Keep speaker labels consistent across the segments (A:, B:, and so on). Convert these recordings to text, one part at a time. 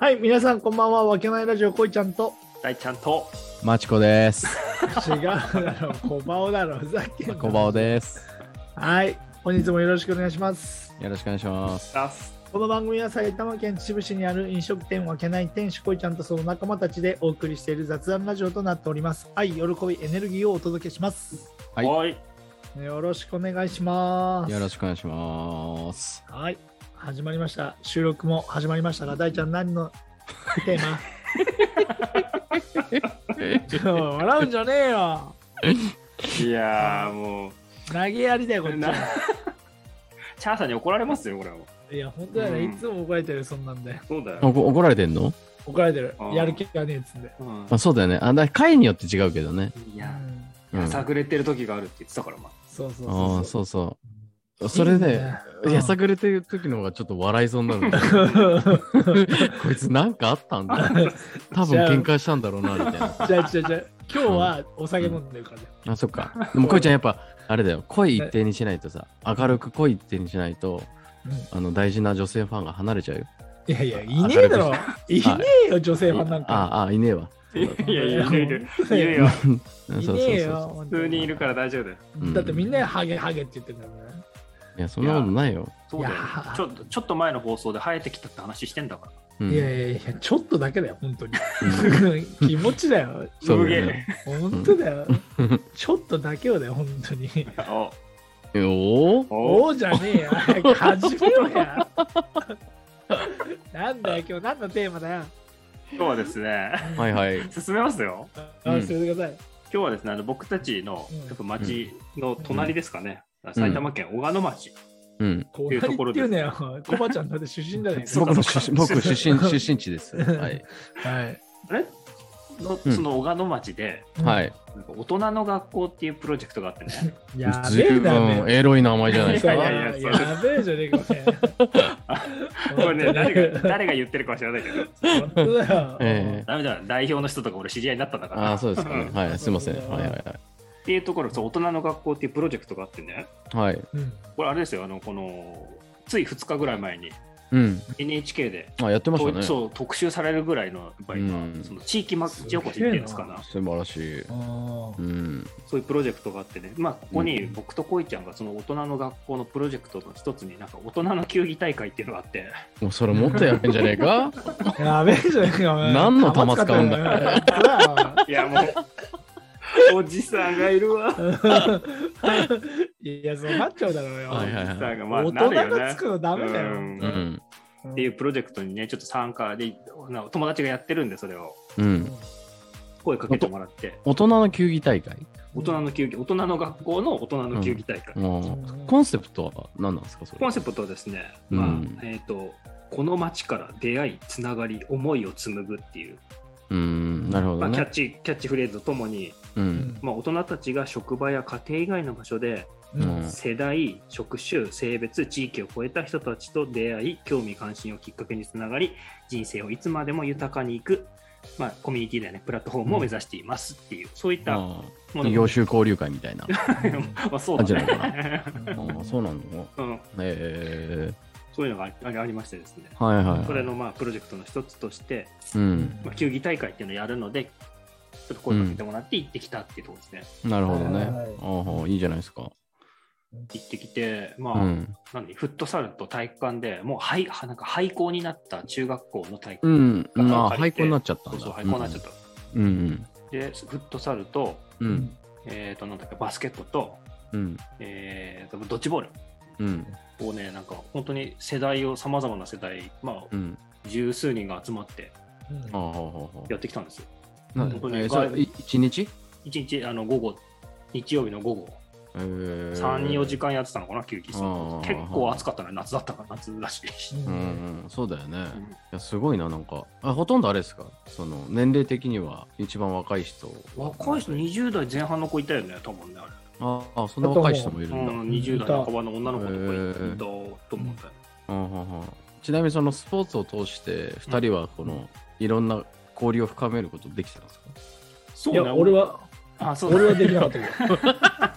A: はい、皆さんこんばんは。わけないラジオこいちゃんと
B: 大ちゃんと
C: マチコです。
A: 違うだろ、小バオだろ、ふざけんな。
C: 小バオです。
A: はい、本日もよろしくお願いします。
C: よろしくお願いします。
A: この番組は埼玉県秩父市にある飲食店わけない店主こいちゃんとその仲間たちでお送りしている雑談ラジオとなっております。愛、喜び、エネルギーをお届けします。
C: はい。
A: よろしくお願いします。
C: よろしくお願いします。
A: はい、始まりました。収録も始まりましたが、大ちゃん何のテーマ笑うんじゃねえよ。
B: いやーもう
A: 投げやりだよこっちは。
B: チャーさんに怒られますよこれは。
A: いや本当だよね、いつも怒られてるそんなんで。
B: そうだよ。
C: 怒られてんの？
A: 怒られてる。やる気がねえっつんで。
C: あ、そうだよね。だ回によって違うけどね。
B: いや、やさぐれてる時があるって言ってたからまあ。
A: そうそうそう。
C: そうそう。それで、やさぐれてる時の方がちょっと笑いそうになる。こいつなんかあったんだ。多分喧嘩したんだろうなみたいな。
A: じゃあ今日はお酒飲んでるからね。
C: あ、そっか。でもこいちゃんやっぱあれだよ。声一定にしないとさ、明るく声一定にしないと、大事な女性ファンが離れちゃうよ。
A: いやいや、いねえだろ。いねえよ、女性ファンなんか。
C: いねえわ。
B: いやいや、いるよ。
A: いねえよ。
B: 普通にいるから大丈夫だよ。
A: だってみんなハゲハゲって言ってんだもんね。
C: いや、そんなことないよ。
B: そうだよ。ちょっと前の放送で生えてきたって話してんだから。
A: いやいや、ちょっとだけだよ、本当に。気持ちだよ。
C: そうだね。
A: 本当だよ。ちょっとだけよだよ、本当に。おじゃねえよ。始めろや。なんだよ、今日何のテーマだよ。
B: 今日はですね、
C: はいはい。
B: 進めますよ。
A: 進めてください。
B: 今日はですね、僕たちの町の隣ですかね。埼玉県小鹿野町
C: と
B: いうところで。
A: っていうねよ。コバちゃんだって出身だね。
C: 僕出身地です。はい。
A: はい。
B: あれその小鹿野町で、大人の学校っていうプロジェクトがあってね。
A: やべえな。
C: エロい名前じゃないですか。
A: やべえじゃねえか。
B: これね、誰が言ってるかは知らないけど。
A: 本当だよ。
B: ダメだ、代表の人とか俺知り合いになったんだから。
C: あ、そうですかね。はい、すいません。
B: っていうところ、大人の学校っていうプロジェクトがあってね。
C: はい。
B: これあれですよ、このつい2日ぐらい前に。NHK で
C: やってましたね。
B: そう特集されるぐらいのやっぱりその地域町おこしっていうんですかな。
C: 素晴らしい。
B: そういうプロジェクトがあってね、まあここに僕とこいちゃんがその大人の学校のプロジェクトの一つになんか大人の球技大会っていうのがあって、
C: もうそれもっとやべえんじゃねえか。
A: やべえじゃねえか。
C: 何の球使うんだ。
B: いやもうおじさんがいるわ。
A: いや、そうなっちゃうだろうよ。
B: おじさんがまあ
A: 大人がつくのダメだよ。
B: っていうプロジェクトにね、ちょっと参加で、友達がやってるんで、それを声かけてもらって。
C: 大人の球技大会？
B: 大人の学校の大人の球技大会。
C: コンセプトは何なんですか、それ？
B: コンセプトはですね、この街から出会い、つながり、思いを紡ぐっていう。
C: なるほどね。
B: キャッチフレーズとともに、大人たちが職場や家庭以外の場所で、世代、職種、性別、地域を超えた人たちと出会い、興味関心をきっかけにつながり、人生をいつまでも豊かにいく、コミュニティだよね、プラットフォームを目指していますっていう、そういったもの。
C: 業種交流会みたいな。
B: そうだ
C: ね。そうなんだ。
B: そういうのがありましてですね。これのプロジェクトの一つとして、球技大会っていうのをやるので、ちょっと声かけてもらって行ってきたっていうところですね。
C: なるほどね。いいじゃないですか。
B: 行ってきて、フットサルと体育館でもうなんか廃校になった中学校の体育館が
C: 廃校になっちゃったんだ。
B: そう、廃校になっちゃった。で、フットサルと、なんだっけ、バスケットと、ドッジボール。をね、なんか本当にさまざまな世代、十数人が集まってやってきたんですよ。
C: 一日
B: 午後、日曜日の午後、3、4時間やってたのかな、球技。結構暑かったね、夏だったから、夏らしい。
C: そうだよね。すごいな、なんか。ほとんどあれですか、その年齢的には一番若い人。
B: 若い人、20代前半の子いたよね、多分ね、あれ。
C: そんな若い人もいるんだ。
B: 20代半ばの女の子とかいたと思ったよ。
C: ちなみにそのスポーツを通して2人はこのいろんな交流を深めることできてたんですか？
A: そうね、俺はできなかったけど。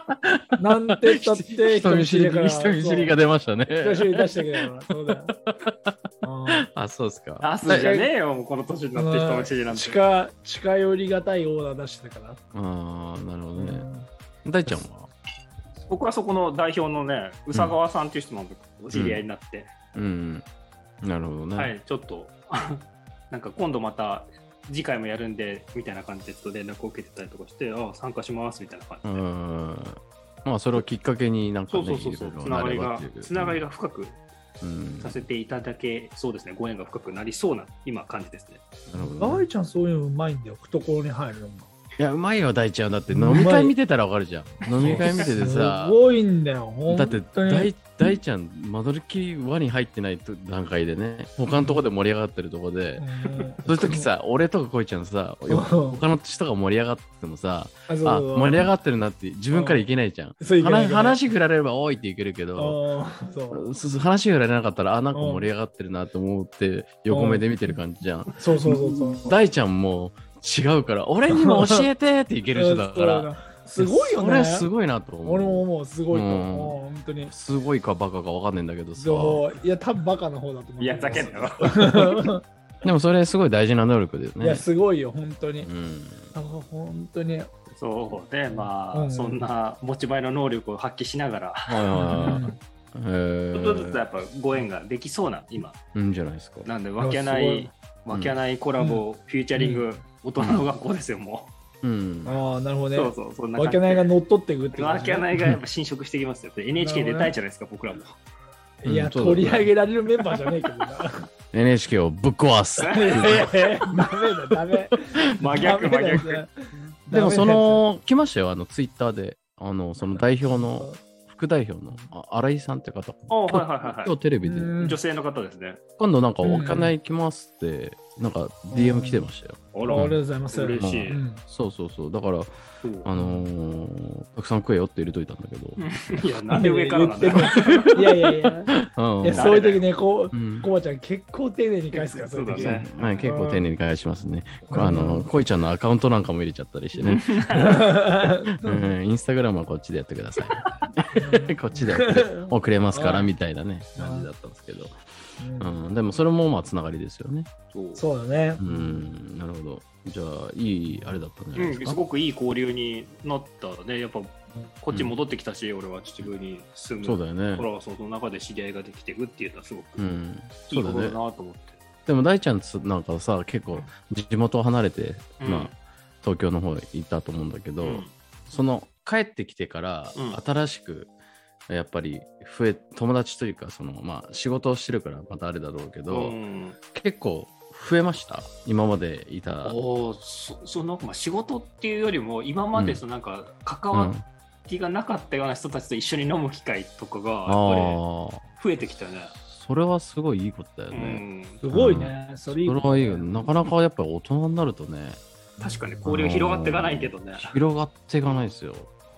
A: なんて言ったって
C: 人見知りが出ましたね。
A: 人見知り出したけど、そうだよ。
C: あ、そうですか。
B: 出すじゃねえよ、もうこの年になって人見知りなんて。
A: 近寄りがたいオーダー出してたから。
C: ああ、なるほどね。大ちゃんは？
B: 僕はそこの代表のね、宇佐川さんっていう人のお知り合いになって。
C: なるほどね。
B: はい、ちょっと、なんか今度また次回もやるんで、みたいな感じで連絡を受けてたりとかして、ああ、参加しますみたいな感じで。
C: まあ、それをきっかけになんかね、
B: そう、つながりが深くさせていただけそうですね、ご縁が深くなりそうな今感じですね。
A: 大ちゃんそういうのうまいんだよ、懐に入るのも。
C: いや、うまいよ、大ちゃん。だって飲み会見てたらわかるじゃん。飲み会見ててさ。
A: すごいんだよ、
C: だって大ちゃん、間取りき輪に入ってない段階でね、他のとこで盛り上がってるとこで、そういう時さ、俺とかこいちゃんさ、他の人が盛り上がっててもさ、盛り上がってるなって自分からいけないじゃん。話振られればおいっていけるけど、話振られなかったら、なんか盛り上がってるなと思って横目で見てる感じじゃん。
A: そう。
C: 大ちゃんも違うから、俺にも教えてっていける人だから。
A: すごいよね。
C: それすごいなと思う。
A: 俺も思う、すごいと思う。本当に。
C: すごいかバカかわかんないんだけどさ。
A: いや、多分バカの方だと思う。
B: いや、ざけんなよ。
C: でもそれすごい大事な能力だよね。
A: いや、すごいよ、本当に。本当に。
B: そうで、まあ、そんな持ち前の能力を発揮しながら、ちょっとずつやっぱご縁ができそうな、今。
C: いいんじゃないですか。
B: なんで、わけないコラボ、フューチャリング、大人の学校ですよ、もう。
A: ああ、なるほどね。
B: そう、
A: わけないが乗っ取っていくって
B: わけないがやっぱ侵食してきますよ。NHK 出たいじゃないですか、僕らも。
A: いや、取り上げられるメンバーじゃねえけどな。
C: NHK をぶっ壊す。
A: ダメ。
B: 真逆。
C: でも来ましたよ、ツイッターで、その代表の、副代表の新井さんって方。今日テレビで。
B: 女性の方ですね。
C: 今度なんかわけない行きますって、なんか DM 来てましたよ。
A: ありがとうございます。
B: 嬉しい。
C: そう。だから、たくさん食えよって入れといたんだけど。
B: いや、なんで上からなんだよ。
A: いや、そういう時ね、コバちゃん結構丁寧に返すから、そういう時ね。
C: 結構丁寧に返しますね。コイちゃんのアカウントなんかも入れちゃったりしてね。インスタグラムはこっちでやってください。こっちで送れますからみたいなね、感じだったんですけど。でもそれもまあつながりですよね。
A: そうだね。
C: なるほど。じゃあいいあれだったんじゃないですか。
B: すごくいい交流になったね。やっぱこっち戻ってきたし、俺は秩父に住む。
C: そうだよね。
B: その中で知り合いができていくっていうのはすごくいいことだなと思って。
C: でも大ちゃんなんかさ、結構地元を離れて、東京の方行ったと思うんだけど、その帰ってきてから新しくやっぱり友達というか仕事をしてるからまたあれだろうけど、結構増えました今までいた。
B: 仕事っていうよりも今までなんか関わりがなかったような人たちと一緒に飲む機会とかがやっぱり増えてきたね。
C: それはすごいいいことだよね。
A: すごいね。それ
C: はいいよ。なかなかやっぱり大人になるとね。
B: 確かに交流広がっていかないけどね。
C: 広がっていかないですよ。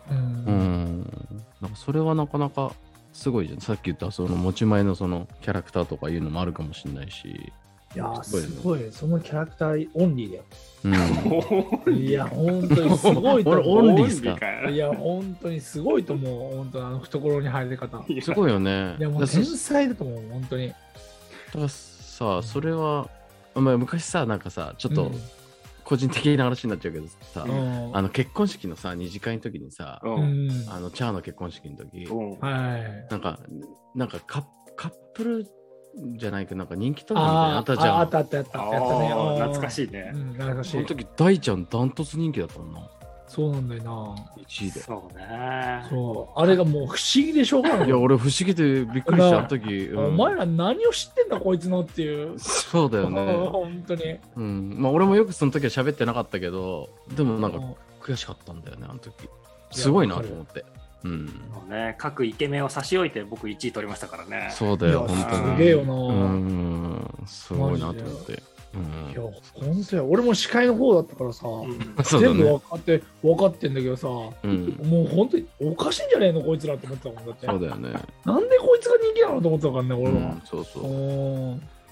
C: なんかそれはなかなかすごいじゃん。さっき言ったその持ち前のそのキャラクターとかいうのもあるかもしれないし。
A: いやすごい。そのキャラクターオンリーだよ。いや本当にすごいと思う。
C: 俺オンリーですか。
A: いや本当にすごいと思う。本当懐に入り方。
C: すごいよね。
A: いやもう天才だと思う本当に。だ
C: からさ、それは昔さなんかさちょっと個人的な話になっちゃうけどさ、結婚式のさ二次会の時にさ、チャーの結婚式の時、なんかカップルじゃないけどなんか人気投票みたいなのあったじゃん。
A: あったね。
B: 懐かしいね。
A: 懐かしい。
C: その時大ちゃんダントツ人気だったもんな。
A: そうなんだよな。
C: 1位で。
B: そうね。
A: そう。あれがもう不思議でしょうがない。
C: いや俺不思議でびっくりした時。
A: お前ら何を知ってんだこいつのっていう。
C: そうだよね。
A: 本当に。
C: 俺もよくその時は喋ってなかったけど、でもなんか悔しかったんだよねあの時。すごいなと思って。
B: 各イケメンを差し置いて僕1位取りましたからね。
C: そうだよ本当に。
A: すげえよな。
C: すごいなと思って。
A: いや本当や。俺も司会の方だったからさ、全部分かってんだけどさ、もう本当におかしいんじゃねえのこいつらって思ってたもんだって。
C: そうだよね。
A: なんでこいつが人気なのと思ってたからね俺は。
C: そう。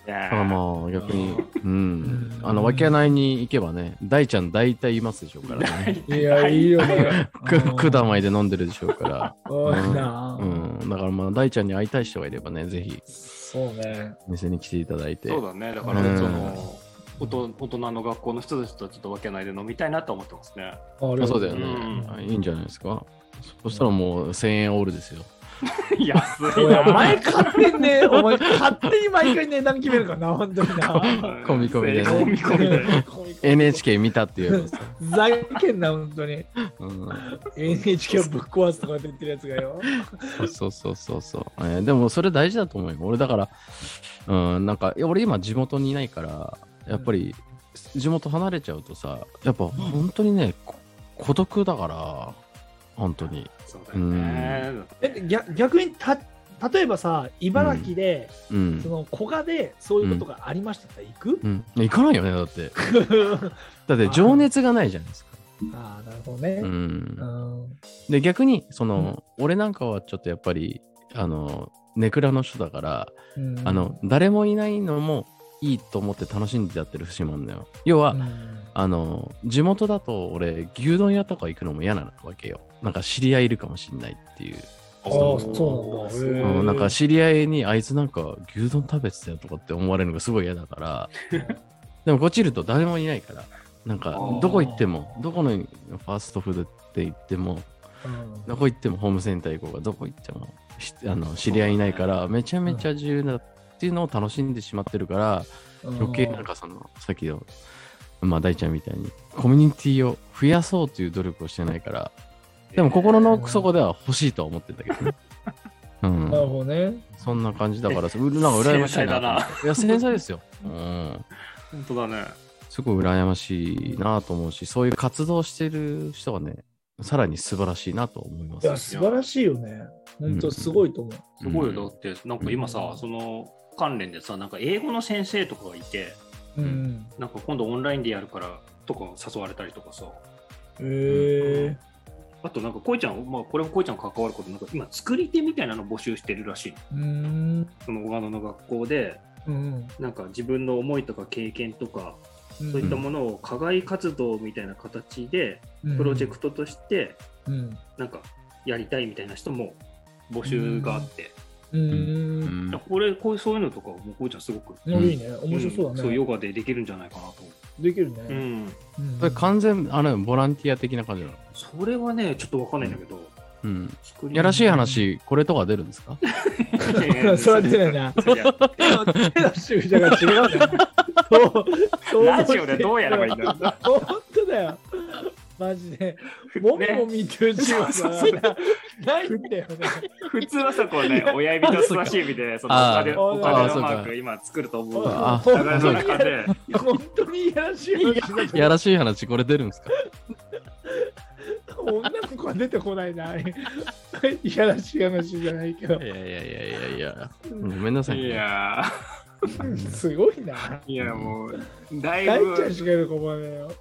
C: だからまあ逆に、わけないに行けばね、大ちゃん大体いますでしょうからね。
A: いや、いいよね。
C: 管前で飲んでるでしょうから。だ
A: から
C: まあ大ちゃんに会いたい人がいればね、ぜひ。
A: そうね。
C: 店に来ていただいて。
B: そうだね。だからその大人の学校の人たちとちょっとわけないで飲みたいなと思ってますね。
C: そうだよね。いいんじゃないですか。そしたらもう1000円オールですよ。
B: 安いな。
A: お前勝手にね、お前勝手に毎回値段決めるからな、本当にな。
C: 込み込みでね。NHK 見たっていうさ。
A: ふざけんな、本当に。NHK をぶっ壊すとかって言ってるやつがよ。
C: そう。でもそれ大事だと思うよ。俺だから、なんか俺今地元にいないから、やっぱり地元離れちゃうとさ、やっぱ本当にね、孤独だから、本当に。
B: そうだよね。
A: 逆に例えばさ、茨城で、その古賀でそういうことがありましたら行く？
C: 行かないよね、だって。だって情熱がないじゃないですか。
A: ああ、なるほどね。
C: で、逆に、俺なんかはちょっとやっぱり、ネクラの人だから、誰もいないのもいいと思って楽しんでやってる節もあるんだよ。要は、地元だと俺、牛丼屋とか行くのも嫌なわけよ。なんか知り合いいるかもしんないっていう。
A: そうなんだ。
C: なんか知り合いにあいつなんか牛丼食べてたよとかって思われるのがすごい嫌だから。でもこっちいると誰もいないから、なんかどこ行っても、どこのファーストフードって言っても、どこ行ってもホームセンター行こうがどこ行っても知り合いいないからめちゃめちゃ自由だっていうのを楽しんでしまってるから、余計なんかさっきの大ちゃんみたいにコミュニティを増やそうという努力をしてないから、でも心の奥底では欲しいとは思ってんだけどね。
A: なるほどね。
C: そんな感じだから、なんか羨ましいな。いや、繊細ですよ。
B: 本当だね。
C: すごい羨ましいなと思うし、そういう活動してる人はね、さらに素晴らしいなと思います。
A: いや、素晴らしいよね。本当すごいと思う。
B: すごいよ。だって、なんか今さ、その関連でさ、なんか英語の先生とかがいて、なんか今度オンラインでやるからとか誘われたりとかさ。あとなんかこいちゃん、これもこいちゃん関わること、なんか今作り手みたいなの募集してるらしい。その小鹿野の学校で、なんか自分の思いとか経験とか、そういったものを課外活動みたいな形でプロジェクトとしてなんかやりたいみたいな人も募集があって、そういうのとかもこいちゃんすごく
A: いいね、面白そうだね。
B: そうヨガでできるんじゃないかなと。
A: できるね。
C: それ完全ボランティア的な感じなの？
B: それはねちょっとわかんないんだけど。
C: やらしい話、これとか出るんですか？
A: それは出ないな。手の習者が違うんだよ。
B: ラジオでどうやればいいんだろう。
A: 本当だよ。マジで。もみもみっていう字はないんだよね。
B: 普通はさ、こうね、親指と人差し指で、そのお金のマーク今作ると思う。流れの中で。
A: 本当にいやらしい話。
C: やらしい話、これ出るんですか？
A: 女の子は出てこないな。いやらしい話じゃないけど。
C: いや。ごめんなさい。
B: いや
A: すごいな。
B: いや、もう、だいぶ。
A: 大ちゃんしかいる子もねよ。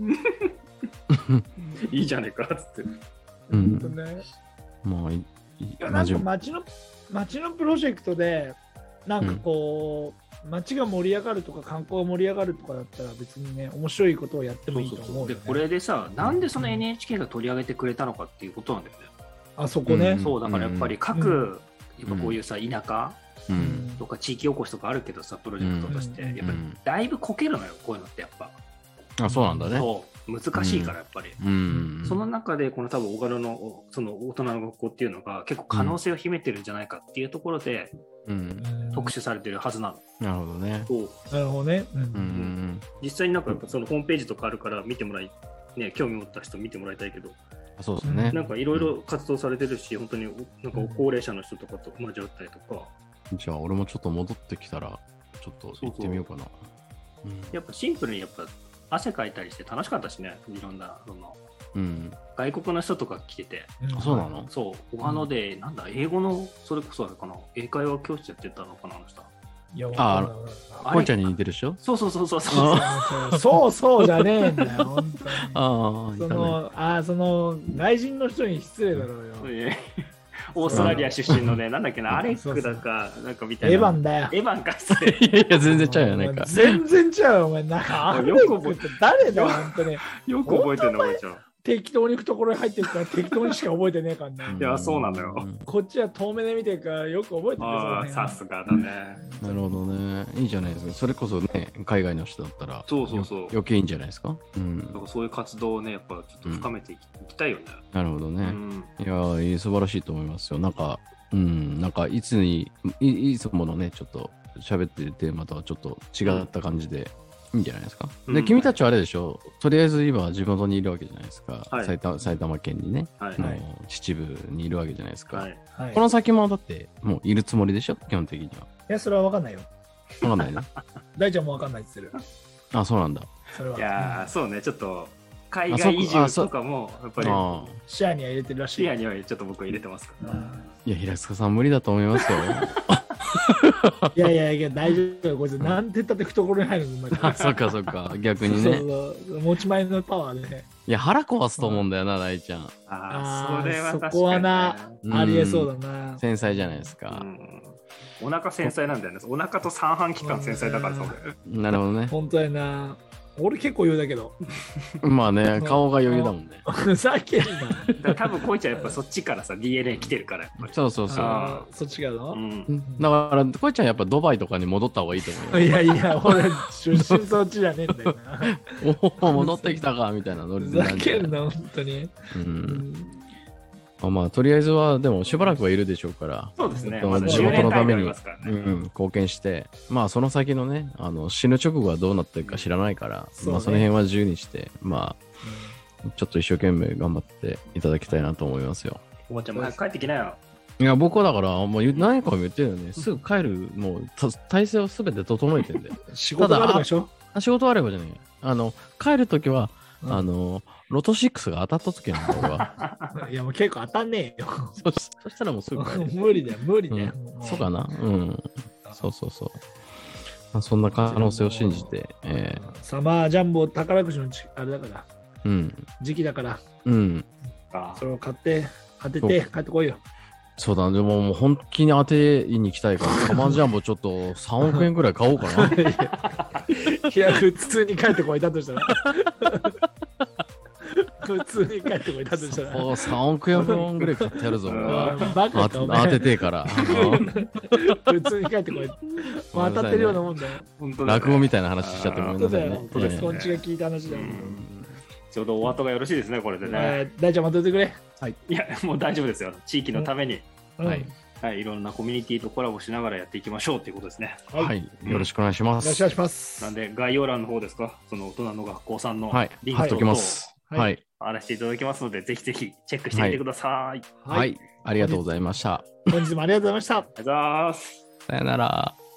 B: いいじゃねえかっつって。
C: もう
A: なんか町のプロジェクトで、なんかこう、街が盛り上がるとか観光が盛り上がるとかだったら別にね、面白いことをやってもいいと思うよね。
B: でこれでさ、なんでその NHK が取り上げてくれたのかっていうことなんだよね。
A: あそこね。
B: そうだからやっぱり各、やっぱこういうさ田舎とか地域おこしとかあるけどさ、プロジェクトとしてやっぱりだいぶこけるのよ、こういうのってやっぱ。
C: あ、そうなんだね。
B: そう難しいからやっぱり。その中でこの多分小鹿野のその大人の学校っていうのが結構可能性を秘めてるんじゃないかっていうところで特集されてるはずなの。
C: なるほどね。
A: なるほどね。
B: 実際になんかそのホームページとかあるから見てもらいね、興味持った人見てもらいたいけど。
C: そうですね。
B: なんかいろいろ活動されてるし、本当になんか高齢者の人とかと交わったりとか。
C: じゃあ俺もちょっと戻ってきたらちょっと行ってみようかな。
B: やっぱシンプルにやっぱ汗かいたりして楽しかったしね、いろんなその、外国の人とか来てて。
C: そうなの？
B: そう、小鹿野で、なんだ、英語の、それこそあれかな、英会話教室やってたのかな、あの人。
C: こいちゃんに似てるでしょ？
B: そう
A: そうじゃねえんだよ、本当に。
C: そ
A: の外人の人に失礼だろうよ。
B: オーストラリア出身のね、なんだっけな、アレックだか、なんかみたいな。
A: エヴァンだよ。
B: エヴァンかっす
C: ね。いや、全然ちゃうよ、なんか。
A: 全然ちゃうよ、お前。なんか、アレックって誰だよ、ほんとね。
B: よく覚えてるの、覚えちゃう。
A: 適当に行くところに入ってるから適当にしか覚えてねえからね。
B: いや、そうなんだよ。
A: こっちは遠目で見てるからよく覚えてる
B: ああ、さすがだね。
C: なるほどね。いいじゃないですか。それこそね、海外の人だったら、
B: そう。
C: 余計いいんじゃないですか。
B: だからそういう活動をね、やっぱちょっと深めていきたいよね。
C: なるほどね。いや、素晴らしいと思いますよ。なんかいつものね、ちょっと喋ってるテーマとはちょっと違った感じで。いいんじゃないですか。で、君たちはあれでしょ、とりあえず今地元にいるわけじゃないですか。埼玉県にね、秩父にいるわけじゃないですか。この先もだってもういるつもりでしょ、基本的には。
A: いや、それは分かんないよ。
C: 分かんないね。
A: 大ちゃんも分かんないって言ってる。
C: あ、そうなんだ。
B: いや、そうね、ちょっと海外移住とかもやっぱり
A: 視野には入れてるらしい。
B: 視野にはちょっと僕は入れてますから。
C: いや、平塚さん無理だと思いますよ。
A: いや、大丈夫。こいつ、なんて言ったって懐に入るの。
C: そっか、逆にね。
A: 持ち前のパワーでね。
C: いや、腹壊すと思うんだよな、大ちゃん。
A: そこはな、ありえそうだな。
C: 繊細じゃないですか。
B: お腹繊細なんだよね。お腹と三半規管繊細だからさ。
C: なるほどね。
A: 本当やな。俺結構余裕だけど。
C: まあね、顔が余裕だもんね。
A: ふざけん
B: な。多分こいちゃんやっぱそっちからさ DNA 来てるからやっぱり。
C: そう。
A: そっちがの？
C: だからこいちゃんやっぱドバイとかに戻った方がいいと思うよ。
A: いや、俺出身そっちじゃねえんだよな。
C: おお、戻ってきたかみたいなノリ
A: で。ふざけんな本当に。
C: まあとりあえずはでもしばらくはいるでしょうから、
B: そうですね。
C: 地元のために貢献して、まあその先のね、死ぬ直後はどうなってるか知らないから、まあその辺は自由にして、まあちょっと一生懸命頑張っていただきたいなと思いますよ。
B: おばちゃんも早く帰ってきなよ。
C: いや、僕はだからもう何回も言ってるよね。すぐ帰る、もう体制をすべて整えてるんで。
A: 仕事あればでしょ？
C: 仕事あればじゃない。帰るときはロト6が当たった時なんだ俺は。
A: いやもう結構当たんねえよ。
C: そしたらもうすぐ帰る。
A: 無理だよ。
C: そうかな。そう。そんな可能性を信じて。
A: サマージャンボ宝くじのあれだから。時期だから。それを買って当てて帰ってこいよ。
C: そうだ、でももう本気に当てに行きたいから、サマージャンボちょっと3億円ぐらい買おうかな。
A: いや、普通に帰ってこいだとしたら。普通に帰ってこいだとしたら。
C: 3億円分ぐらい買ってやるぞ、
A: バカか
C: 当ててから。
A: 普通に帰ってこい。当たってるようなもんだよ。
C: 落語みたいな話しちゃってごめんなさいね。
A: こっちが聞いた話だよ。
B: ちょうどお後がよろしいですね、これでね。
A: 大ちゃん、待っててくれ。
B: いや、もう大丈夫ですよ。地域のために。いろんなコミュニティとコラボしながらやっていきましょうということですね。
C: はい。よろしくお願いします。
A: よろしくお願いします。
B: なんで、概要欄の方ですか、その大人の学校さんの
C: リンクとか
B: 貼らせていただきますので、ぜひぜひチェックしてみてください。
C: はい。ありがとうございました。
A: 本日もありがとうございました。
B: ありがとうございます。
C: さよなら。